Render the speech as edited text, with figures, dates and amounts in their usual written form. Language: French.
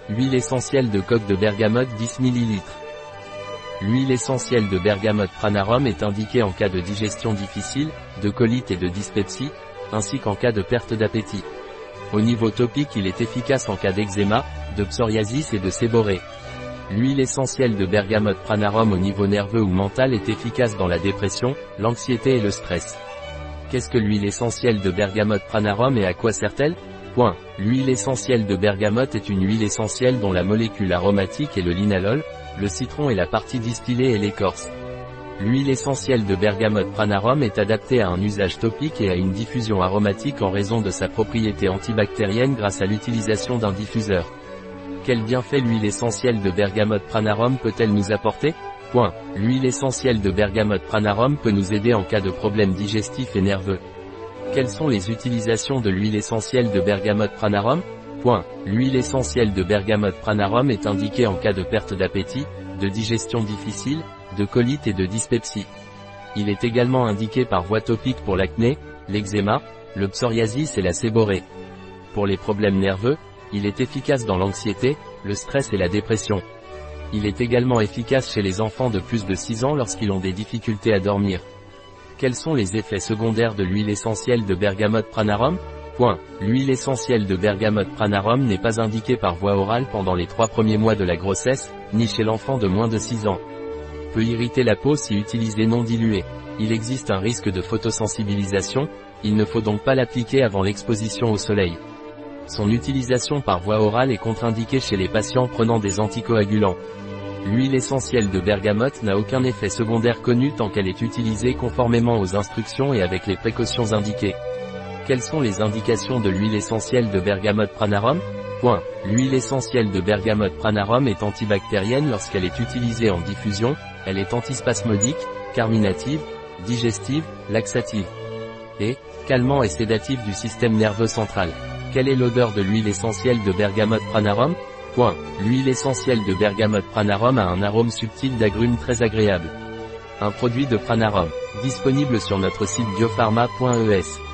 Huile essentielle de coque de bergamote 10 ml. L'huile essentielle de bergamote Pranarum est indiquée en cas de digestion difficile, de colite et de dyspepsie, ainsi qu'en cas de perte d'appétit. Au niveau topique, il est efficace en cas d'eczéma, de psoriasis et de séborrhée. L'huile essentielle de bergamote Pranarum au niveau nerveux ou mental est efficace dans la dépression, l'anxiété et le stress. Qu'est-ce que l'huile essentielle de bergamote Pranarum et à quoi sert-elle ? L'huile essentielle de bergamote est une huile essentielle dont la molécule aromatique est le linalol, le citron est la partie distillée et l'écorce. L'huile essentielle de bergamote Pranarum est adaptée à un usage topique et à une diffusion aromatique en raison de sa propriété antibactérienne grâce à l'utilisation d'un diffuseur. Quel bienfait l'huile essentielle de bergamote Pranarum peut-elle nous apporter ? L'huile essentielle de bergamote Pranarum peut nous aider en cas de problèmes digestifs et nerveux. Quelles sont les utilisations de l'huile essentielle de bergamote Pranarum ? L'huile essentielle de bergamote Pranarum est indiquée en cas de perte d'appétit, de digestion difficile, de colite et de dyspepsie. Il est également indiqué par voie topique pour l'acné, l'eczéma, le psoriasis et la séborrhée. Pour les problèmes nerveux, il est efficace dans l'anxiété, le stress et la dépression. Il est également efficace chez les enfants de plus de 6 ans lorsqu'ils ont des difficultés à dormir. Quels sont les effets secondaires de l'huile essentielle de bergamote Pranarum ? L'huile essentielle de bergamote Pranarum n'est pas indiquée par voie orale pendant les 3 premiers mois de la grossesse, ni chez l'enfant de moins de 6 ans. Peut irriter la peau si utilisée non diluée. Il existe un risque de photosensibilisation, il ne faut donc pas l'appliquer avant l'exposition au soleil. Son utilisation par voie orale est contre-indiquée chez les patients prenant des anticoagulants. L'huile essentielle de bergamote n'a aucun effet secondaire connu tant qu'elle est utilisée conformément aux instructions et avec les précautions indiquées. Quelles sont les indications de l'huile essentielle de bergamote Pranarum ? L'huile essentielle de bergamote Pranarum est antibactérienne lorsqu'elle est utilisée en diffusion, elle est antispasmodique, carminative, digestive, laxative et calmant et sédative du système nerveux central. Quelle est l'odeur de l'huile essentielle de bergamote Pranarum ? L'huile essentielle de bergamote Pranarum a un arôme subtil d'agrumes très agréable. Un produit de Pranarum, disponible sur notre site biopharma.es.